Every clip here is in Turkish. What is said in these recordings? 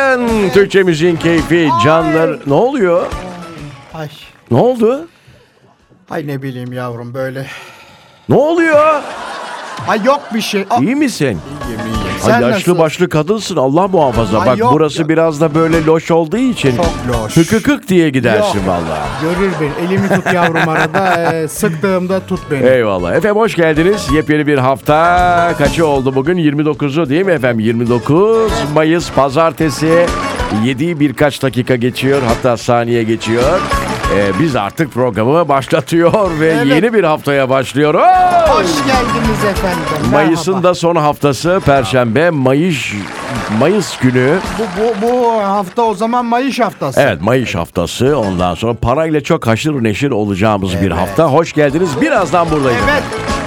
Günaydın. Türkçe müziğin keyfi canlar. Ne oluyor? Ay. Ne oldu? Ay ne bileyim yavrum böyle. Ne oluyor? Ay yok bir şey. İyi misin? İyiyim. Ay, Sen yaşlı nasıl? başlı kadınsın, Allah muhafaza. Ay, Bak yok burası ya. biraz da böyle loş olduğu için. Çok loş. Hıkıkık diye gidersin Yok. vallahi. Görür beni. Elimi tut yavrum arada. Sıktığımda tut beni. Eyvallah. Efendim hoş geldiniz. Yepyeni bir hafta. Kaçı oldu bugün? 29'u değil mi efendim? 29 Mayıs Pazartesi. 7'yi birkaç dakika geçiyor. Hatta saniye geçiyor. Biz artık programı başlatıyor ve Evet. yeni bir haftaya başlıyoruz. Hoş geldiniz efendim. Mayıs'ın Merhaba. da son haftası Perşembe. Mayıs günü. Bu hafta o zaman Mayıs haftası. Evet, Mayıs haftası. Ondan sonra parayla çok haşır neşir olacağımız bir Evet. hafta. Hoş geldiniz. Birazdan buradayım. Evet.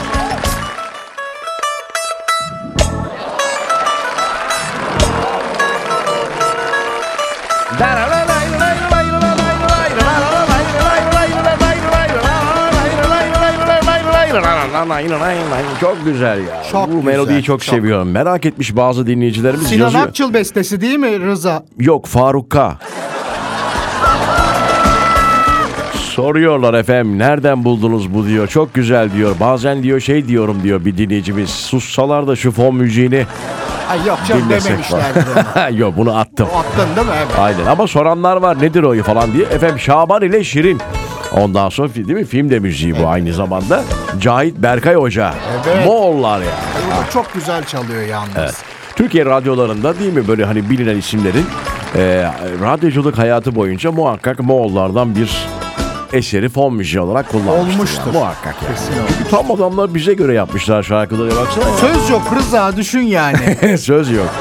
Çok güzel ya. Çok Bu güzel, melodiyi çok çok. seviyorum. Merak etmiş bazı dinleyicilerimiz Sinan yazıyor. Akçıl bestesi değil mi Rıza? Yok, Faruk K. Soruyorlar efendim, nereden buldunuz bu diyor. Çok güzel diyor. Bazen diyor şey diyorum diyor bir dinleyicimiz. Sussalar da şu fon müziğini Ay yok canım dinlesek dememişlerdir onu. falan. Yok, bunu attım. O attın değil mi? Evet. Aynen, ama soranlar var nedir o falan diye. Efendim Şaban ile Şirin. Ondan sonra değil mi? Film de müziği bu aynı zamanda. Cahit Berkay Hoca. Evet. Moğollar ya. Bu da çok güzel çalıyor yalnız. Evet. Türkiye radyolarında değil mi böyle hani bilinen isimlerin radyoculuk hayatı boyunca muhakkak Moğollardan bir eseri fon müziği olarak kullanmıştır. Olmuştur. Yani, muhakkak yani. Kesin olmuş. Çünkü tam adamlar bize göre yapmışlar şarkıları, baksana. Söz yok Rıza düşün yani. Söz yok.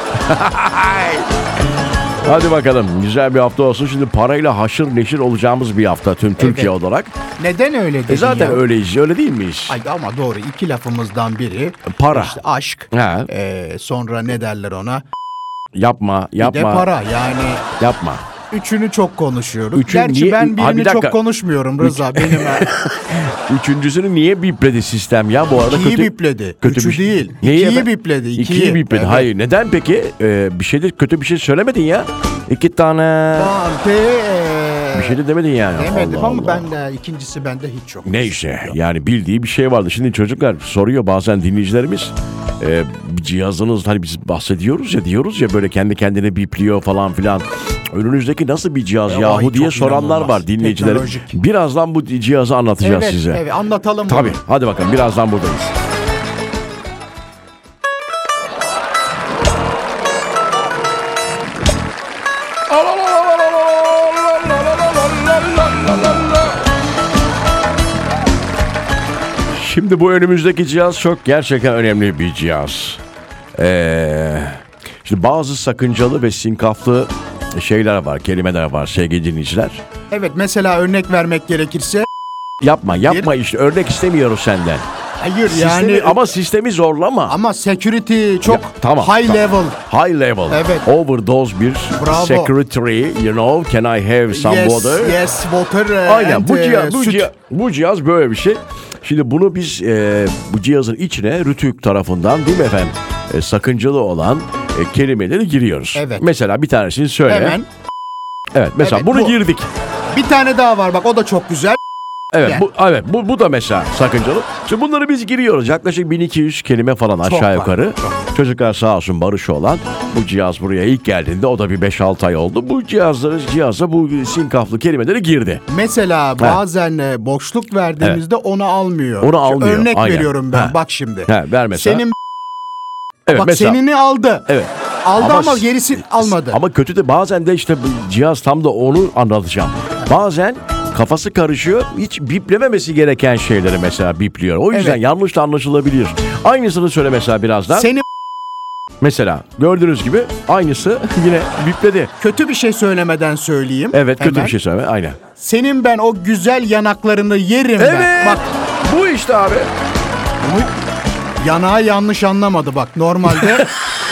Hadi bakalım, güzel bir hafta olsun. Şimdi parayla haşır neşir olacağımız bir hafta tüm Türkiye olarak. Neden öyle dedin Zaten ya? öyleyiz, öyle değil miyiz? Ay ama doğru, iki lafımızdan biri Para. işte aşk. Ha. Sonra ne derler ona? Yapma, Bir de yapma, para. Yani yapma. üçünü çok konuşuyoruz. Üçün Gerçi niye- ben Abi bir birini dakika. çok konuşmuyorum Rıza. Benim Üçüncüsünü niye bipledi sistem ya bu arada? ikiyi bipledi. kötü Üçü bir şey. değil. Neyi İkiyi efendim? bipledi. İkiyi bipledi. Evet. Hayır, neden peki? Bir şeyde kötü bir şey söylemedin ya. İki tane bir şey de demedin yani. Demedim Allah ama Allah. ben de ikincisi bende hiç yok. Neyse, yani bildiği bir şey vardı. Şimdi çocuklar soruyor bazen dinleyicilerimiz. Bir cihazınız, hani biz bahsediyoruz ya, diyoruz ya böyle kendi kendine bipliyor falan filan. Önünüzdeki nasıl bir cihaz Ya, yahu ay, diye çok soranlar inanılmaz. var dinleyicilerim. Teknolojik. Birazdan bu cihazı anlatacağız Evet, size. evet anlatalım Tabii. bunu. Hadi bakalım, birazdan buradayız. Şimdi bu önümüzdeki cihaz çok gerçekten önemli bir cihaz. Şimdi bazı sakıncalı ve sinkaflı şeyler var, kelimeler var sevgili dinleyiciler. Evet mesela örnek vermek gerekirse. Yapma işte, örnek istemiyoruz senden. Hayır Sistemi, yani. ama sistemi zorlama. Ama security çok Ya, tamam, high tamam. level. High level. Evet. Overdose bir Bravo. secretary, you know, can I have some water? Yes, water. Aynen, and, süt. bu cihaz böyle bir şey. Şimdi bunu biz bu cihazın içine Rütük tarafından değil mi efendim sakıncalı olan kelimeleri giriyoruz. Evet. Mesela bir tanesini söyle. Hemen. Evet, mesela Evet, bunu bu. girdik. Bir tane daha var bak, o da çok güzel. Evet, Yani. bu da mesela sakıncalı. Şimdi bunları biz giriyoruz. Yaklaşık 1200 kelime falan aşağı var, yukarı. Çocuklar sağ olsun barışı olan. Bu cihaz buraya ilk geldiğinde o da bir 5-6 ay oldu. Bu cihaza bu sinkaflı kelimeleri girdi. Mesela bazen boşluk verdiğimizde onu almıyor. Onu almıyor, Örnek aynen. veriyorum ben. Ha. Bak şimdi. Ver mesela. Senin evet, bak mesela. senini aldı. Evet. Aldı ama gerisi almadı. Ama kötü de bazen de işte bu cihaz, tam da onu anlatacağım. Bazen kafası karışıyor. Hiç biplememesi gereken şeyleri mesela bipliyor. O yüzden Evet. yanlış da anlaşılabilir. Aynısını söyle mesela birazdan. Senin Mesela gördüğünüz gibi aynısı yine bipledi. kötü bir şey söylemeden söyleyeyim. Evet, kötü hemen. bir şey söyleme. Aynen. Senin ben o güzel yanaklarını yerim ben. Evet. Bak Bu işte abi. bunu yanağı yanlış anlamadı bak. Normalde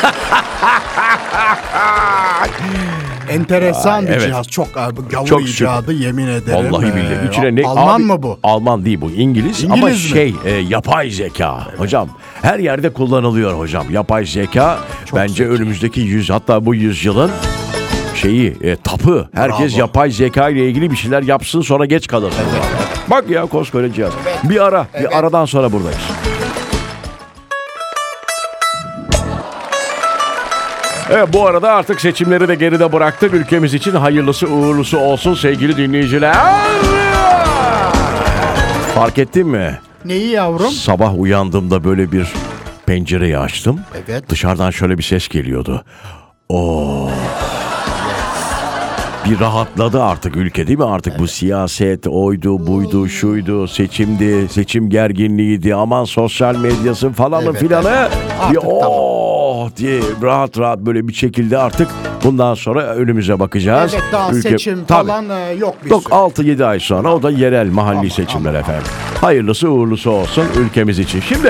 enteresan bir evet. cihaz. Çok gavur Çok icadı yemin ederim. Vallahi billahi. İçine ne? Alman Abi, mı bu? Alman değil bu. İngiliz İngiliz ama mi? yapay zeka. Evet. Hocam her yerde kullanılıyor hocam. Yapay zeka Çok bence zeki. önümüzdeki hatta bu yüzyılın tapı. Herkes Bravo. yapay zeka ile ilgili bir şeyler yapsın, sonra geç kalır. Bak ya, koskoca cihaz. Bir aradan sonra buradayız. Evet, bu arada artık seçimleri de geride bıraktık. Ülkemiz için hayırlısı uğurlusu olsun sevgili dinleyiciler. Fark ettin mi? Neyi yavrum? Sabah uyandığımda böyle bir pencereyi açtım. Evet. Dışarıdan şöyle bir ses geliyordu. Bir rahatladı artık ülke, değil mi? Artık bu siyaset oydu, buydu, şuydu, seçimdi, seçim gerginliğiydi, aman sosyal medyası falanı Evet, filanı. evet. Bir Artık diye rahat rahat böyle bir şekilde artık bundan sonra önümüze bakacağız. Evet, daha seçim Tabii. falan yok bir Yok, sürü. 6-7 ay sonra o da yerel mahalli seçimler efendim. Hayırlısı uğurlusu olsun ülkemiz için. Şimdi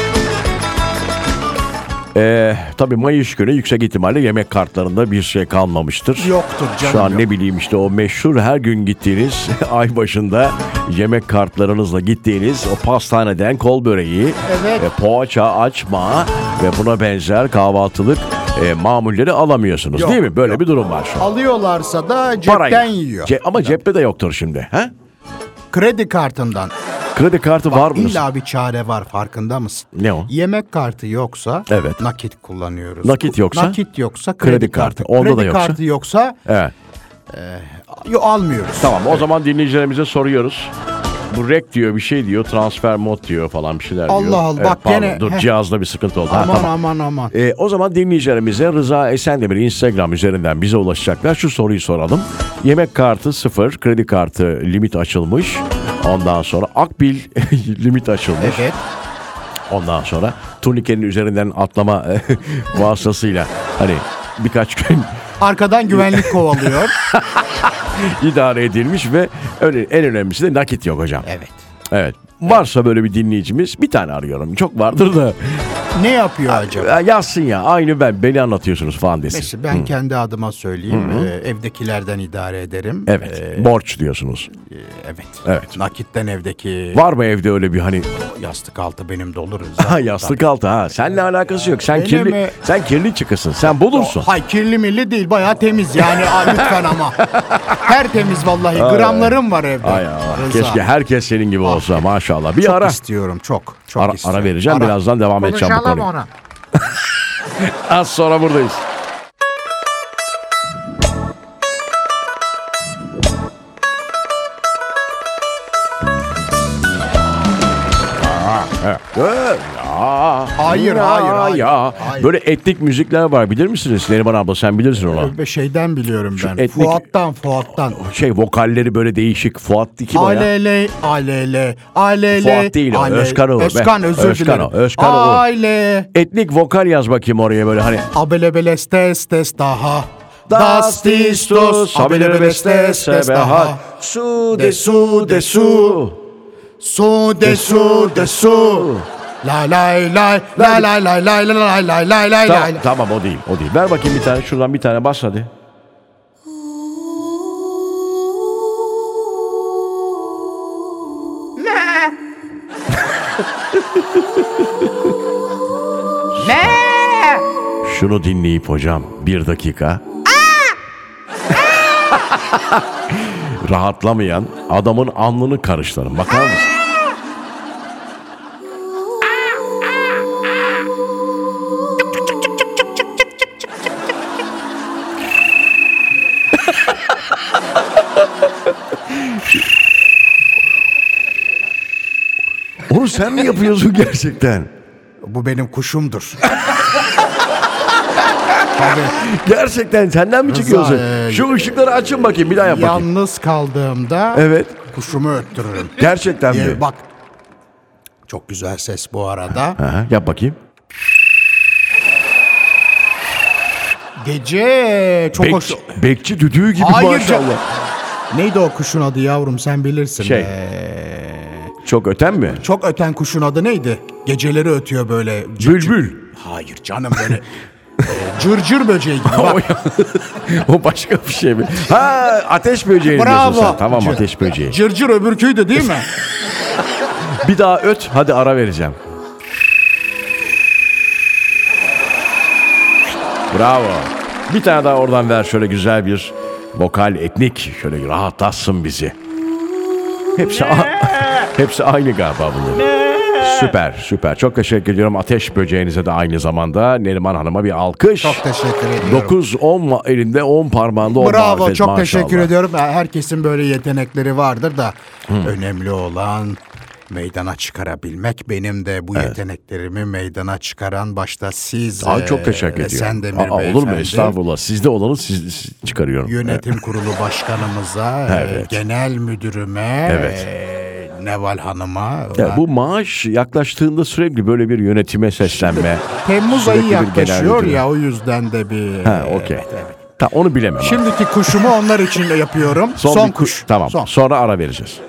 tabii Mayıs günü yüksek ihtimalle yemek kartlarında bir şey kalmamıştır. Yoktur canım. Şu an yok. ne bileyim işte o meşhur her gün gittiğiniz ay başında yemek kartlarınızla gittiğiniz o pastaneden kol böreği, Evet. poğaça açma ve buna benzer kahvaltılık mamulleri alamıyorsunuz, Yok, değil mi? Böyle yok. bir durum var şu an. Alıyorlarsa da cepten Parayla. yiyor. Ama cepte de yoktur şimdi. He? Kredi kartından. Kredi kartı var mı? İlla bir çare var, farkında mısın? Ne o? Yemek kartı yoksa Evet. nakit kullanıyoruz. Nakit yoksa? Nakit yoksa kredi kartı. Onda da Kredi yoksa? kartı yoksa Evet. almıyoruz. Tamam, o zaman dinleyicilerimize soruyoruz. Bu rek diyor, bir şey diyor, transfer mod diyor falan bir şeyler diyor. Allah Allah, bak pardon, gene- dur, cihazda bir sıkıntı oldu. Ha, Aman tamam. aman. O zaman dinleyicilerimize Rıza Esendemir Instagram üzerinden bize ulaşacaklar. Şu soruyu soralım. Yemek kartı 0, kredi kartı limit açılmış. Ondan sonra Akbil limit açılmış. Evet. Ondan sonra turnikenin üzerinden atlama vasıtasıyla hani birkaç gün Arkadan güvenlik kovalıyor. idare edilmiş ve en önemlisi de nakit yok hocam. Evet. Evet. Varsa böyle bir dinleyicimiz, bir tane arıyorum. Çok vardır da. Ne yapıyor acaba? Ya yazsın ya, aynı beni anlatıyorsunuz falan desin. Mesela ben kendi adıma söyleyeyim. Evdekilerden idare ederim. Evet. Borç diyorsunuz. Evet. Evet. Nakitten evdeki Var mı evde öyle bir hani yastık altı benim dolur. ha, yastık altı ha. Seninle alakası yok. Sen Benim, sen kirli çıkısın. Sen bulursun. Hay, kirli milli değil, bayağı temiz yani. Lütfen ama. Tertemiz vallahi. Gramlarım var evde. Ay Allah. Rıza. Keşke herkes senin gibi olsa maşallah. Bir Çok ara. istiyorum. Çok istiyorum. Ara vereceğim. Ara. Birazdan devam edeceğim bu Konuşalım konuyu. onu. Az sonra buradayız. Evet. Hayır. Böyle etnik müzikler var, bilir misiniz? Neriman abla, sen bilirsin onu. Şeyden biliyorum ben. etnik- Fuat'tan. Vokalleri böyle değişik. Fuat kim o ya? Alele. Fuat değil o, Özkan Uğur. Özkan, özür Özkan dilerim. o, Özkan Uğur. Aile. Etnik vokal yaz bakayım oraya böyle hani. Abelebeles tes daha. Das tistus, abelebeles tes daha. Su de su de su. Su de su. Lay lay lay lay lay lay lay lay lay lay lay lay. Tamam, o değil. Ver bakayım bir tane, şuradan bir tane bas hadi. Ne? Şunu dinleyip hocam 1 dakika. Rahatlamayan adamın alnını karıştırın. Bakar mısın? Onu sen mi yapıyorsun gerçekten? Bu benim kuşumdur. Gerçekten senden mi çıkıyorsun? Rıza, Şu ışıkları açın bakayım, bir daha yap bakayım. Yalnız kaldığımda Evet. kuşumu öttürürüm. Gerçekten mi? Bak. Çok güzel ses bu arada. Aha, yap bakayım. Gece çok hoş. Bekçi düdüğü gibi Hayır maşallah. Neydi o kuşun adı yavrum, sen bilirsin. Çok öten mi? Çok öten kuşun adı neydi? Geceleri ötüyor böyle. Bülbül. Hayır canım, böyle cırcır böceği gibi. Bak. O başka bir şey mi? Ha, ateş böceği Bravo. diyorsun sen. Tamam, ateş böceği. Cırcır öbürküydü değil mi? Bir daha öt, hadi ara vereceğim. Bravo. Bir tane daha oradan ver, şöyle güzel bir vokal, etnik, şöyle rahatlatsın bizi. Hepsi aynı galiba bunlar. Süper. Çok teşekkür ediyorum. Ateş böceğinize de aynı zamanda Neriman Hanım'a bir alkış. Çok teşekkür ediyorum. 9-10 elinde, 10 parmağında 10 Bravo, marifet, çok maşallah. teşekkür ediyorum. Herkesin böyle yetenekleri vardır da önemli olan meydana çıkarabilmek. Benim de bu yeteneklerimi meydana çıkaran başta siz. Ay, çok teşekkür ediyorum. Sen Demir Olur mu? Beyefendi. Estağfurullah. Sizde olanı siz çıkarıyorum. Yönetim kurulu başkanımıza, Evet. genel müdürüme, Evet. Neval Hanım'a. Ya bu maaş yaklaştığında sürekli böyle bir yönetime seslenme. Temmuz ayı sürekli bir genel yaklaşıyor müdür. ya, o yüzden de bir... Okey. Ta, onu bilemem. Şimdiki kuşumu onlar için de yapıyorum. Son kuş. Tamam. Son. Sonra ara vereceğiz.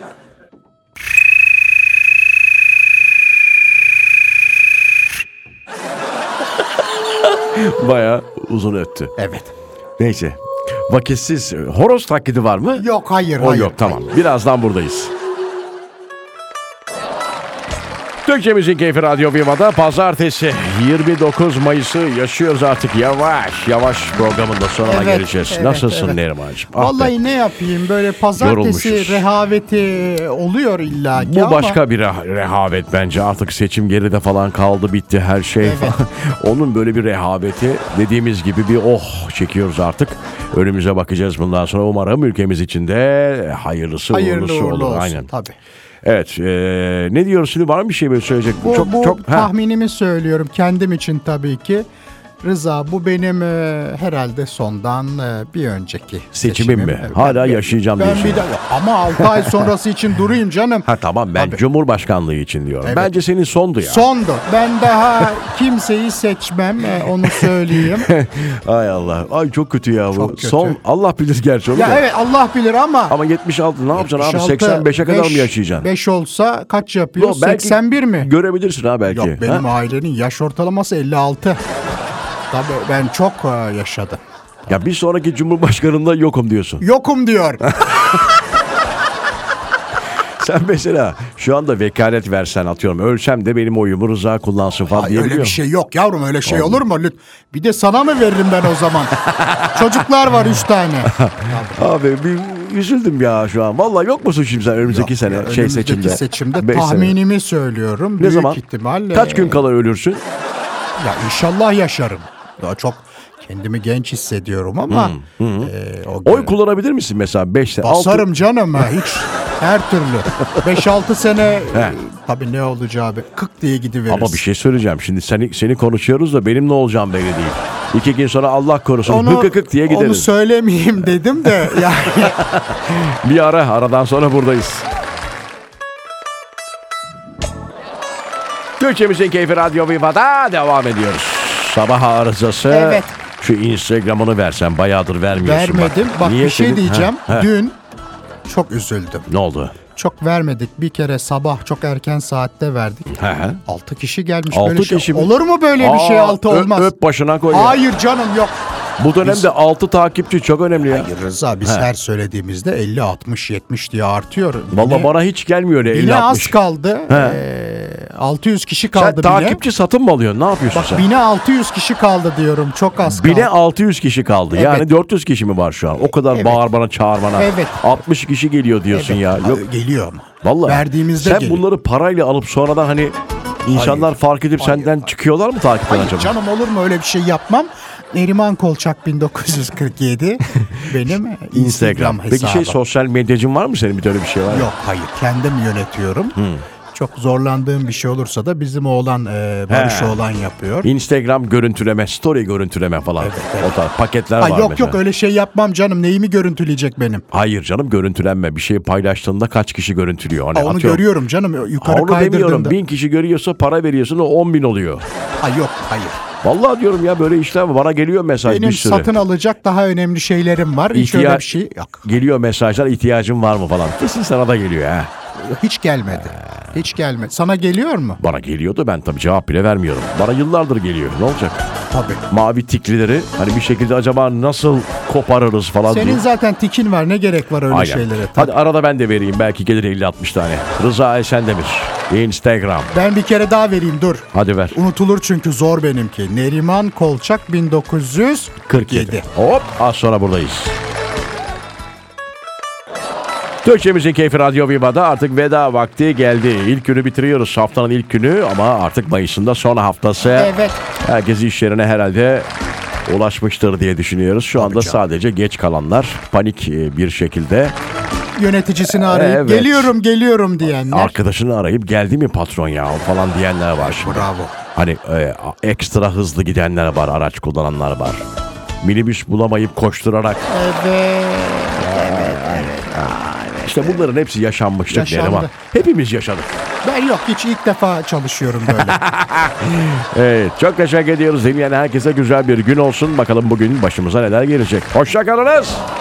Bayağı uzun öttü. Evet. Neyse. Vakitsiz. Horoz taklidi var mı? Yok, hayır. O yok, tamam. Birazdan buradayız. Türkçemizin Keyfi Radyo Viva'da pazartesi 29 Mayıs'ı yaşıyoruz artık. Yavaş programında sonuna geleceğiz. Nasılsın Nerimancığım? Vallahi ne yapayım, böyle pazartesi Yorulmuşuz. rehaveti oluyor illaki Bu ama... başka bir rehavet bence. Artık seçim geride falan kaldı, bitti her şey. Evet. Onun böyle bir rehaveti, dediğimiz gibi bir çekiyoruz artık. Önümüze bakacağız bundan sonra. Umarım ülkemiz için de hayırlısı uğurlusu uğurlu olur. olsun. Aynen. Tabii. Evet. Ne diyoruz şimdi? Var mı bir şey böyle söyleyecek? Bu tahminimi söylüyorum kendim için tabii ki. Rıza, bu benim herhalde sondan bir önceki Seçimim mi? Hala yaşayacağım ben diyorsun. bir daha, ama 6 ay sonrası için durayım canım. Tamam, ben Tabii. Cumhurbaşkanlığı için diyorum. Evet. Bence senin sondu ya. Sondu. Ben daha kimseyi seçmem, onu söyleyeyim. Ay Allah. Ay çok kötü ya bu. Çok kötü. Son, Allah bilir gerçi onu Ya da. evet, Allah bilir ama... Ama 76 ne yapacaksın abi? 85'e kadar mı yaşayacaksın? 5 olsa kaç yapıyor? Yok, belki 81 mi? Görebilirsin ha belki. Yok, benim ailenin yaş ortalaması 56. Tabii ben çok yaşadım. Ya bir sonraki Cumhurbaşkanı'nda yokum diyorsun. Yokum diyor. Sen mesela şu anda vekalet versen, atıyorum ölsem de benim oyumu Rıza kullansın falan Ay, diyebiliyor öyle bir musun? şey yok yavrum, öyle şey olur mu? Bir de sana mı veririm ben o zaman? Çocuklar var 3 tane. Abi bir üzüldüm ya şu an. Vallahi yok musun şimdi sen önümüzdeki sene Önümüzdeki seçimde? seçimde 5 sene. tahminimi söylüyorum. Ne Büyük zaman? ihtimalle. Kaç gün kala ölürsün? Ya inşallah yaşarım. Daha çok kendimi genç hissediyorum ama Oy kullanabilir misin mesela 5 sene? basarım canım ha, hiç her türlü. 5-6 sene tabii ne olacağı abi, 40 diye gidiveririz. Ama bir şey söyleyeceğim. Şimdi seni konuşuyoruz da benim ne olacağım belli değil. 2 gün sonra Allah korusun hık diye gideriz. Onu söylemeyeyim dedim de yani. Bir aradan sonra buradayız. Türkçemizin Keyfi Radyo Viva'da devam ediyoruz. Sabah arızası. Evet. Şu Instagram'ını versen, bayağıdır vermiyorsun. Vermedim. Bak Niye bir şey senin- diyeceğim. Ha. Dün çok üzüldüm. Ne oldu? Çok vermedik. Bir kere sabah çok erken saatte verdik. 6 kişi gelmiş. 6 böyle şey. kişi mi? Olur mu böyle bir şey, 6 olmaz. Öp başına koy. ya. Hayır canım, yok. Bu dönemde 6 takipçi çok önemli ya. Hayır Rıza, biz her söylediğimizde 50, 60, 70 diye artıyor. Vallahi bana hiç gelmiyor öyle Bine 50-60. az kaldı. 600 kişi kaldı Sen bine. takipçi satın mı alıyorsun? Ne yapıyorsun Bak sen? bine 600 kişi kaldı diyorum. Çok az kaldı. Bine 600 kişi kaldı. Evet. Yani 400 kişi mi var şu an? O kadar Evet. bağır bana, çağır bana. Evet. 60 kişi geliyor diyorsun Evet. ya. Yok. Geliyor ama. Vallahi. Verdiğimizde sen geliyor. bunları parayla alıp sonradan hani insanlar fark edip senden çıkıyorlar mı takipten Hayır acaba? canım, olur mu, öyle bir şey yapmam. Neriman Kolçak 1947 benim Instagram hesabım. Peki sosyal medyacın var mı senin? Bir de öyle bir şey var mı? Yok, hayır, kendim yönetiyorum. Çok zorlandığım bir şey olursa da bizim oğlan Barış oğlan yapıyor. Instagram görüntüleme, story görüntüleme falan. Evet. O tarz paketler var Yok mesela. yok, öyle şey yapmam canım. Neyimi görüntüleyecek benim? Hayır canım, görüntülenme. Bir şeyi paylaştığında kaç kişi görüntülüyor? Hani Onu atıyorum. görüyorum canım. Yukarı Onu demiyorum. kaydırdığımda. 1000 kişi görüyorsa para veriyorsun, o 10.000 oluyor. Yok, hayır. Vallahi diyorum ya, böyle işler var. Bana geliyor mesaj Benim bir sürü. satın alacak daha önemli şeylerim var. Hiç öyle bir şey yok. Geliyor mesajlar, ihtiyacın var mı falan. Kesin sana da geliyor ha. Hiç gelmedi. Hiç gelmedi. Sana geliyor mu? Bana geliyordu, ben tabii cevap bile vermiyorum. Bana yıllardır geliyor. Ne olacak? Tabii. Mavi tiklileri hani bir şekilde acaba nasıl koparırız falan diye. Senin zaten tikin var. Ne gerek var öyle Aynen. şeylere? Hadi arada ben de vereyim. Belki gelir 50-60 tane. Rıza Esendemir. Instagram. Ben bir kere daha vereyim dur. Hadi ver. Unutulur çünkü zor benimki. Neriman Kolçak 1947. Hop, az sonra buradayız. Türkçemizin Keyfi Radyo Viva'da artık veda vakti geldi. İlk günü bitiriyoruz. Haftanın ilk günü ama artık Mayıs'ın da son haftası. Evet. Herkes iş yerine herhalde ulaşmıştır diye düşünüyoruz. Şu anda canım. sadece geç kalanlar panik bir şekilde Yöneticisini arayıp Evet. geliyorum diyenler. arkadaşını arayıp geldi mi patron ya falan diyenler var şimdi. Bravo. Hani ekstra hızlı gidenler var, araç kullananlar var. Minibüs bulamayıp koşturarak. Evet. İşte bunların hepsi yaşanmışlık Yaşandı. Neriman. Hepimiz yaşadık. Ben yok hiç ilk defa çalışıyorum böyle. Evet, çok teşekkür ediyoruz. Dinleyen herkese güzel bir gün olsun. Bakalım bugün başımıza neler gelecek. Hoşça kalınız.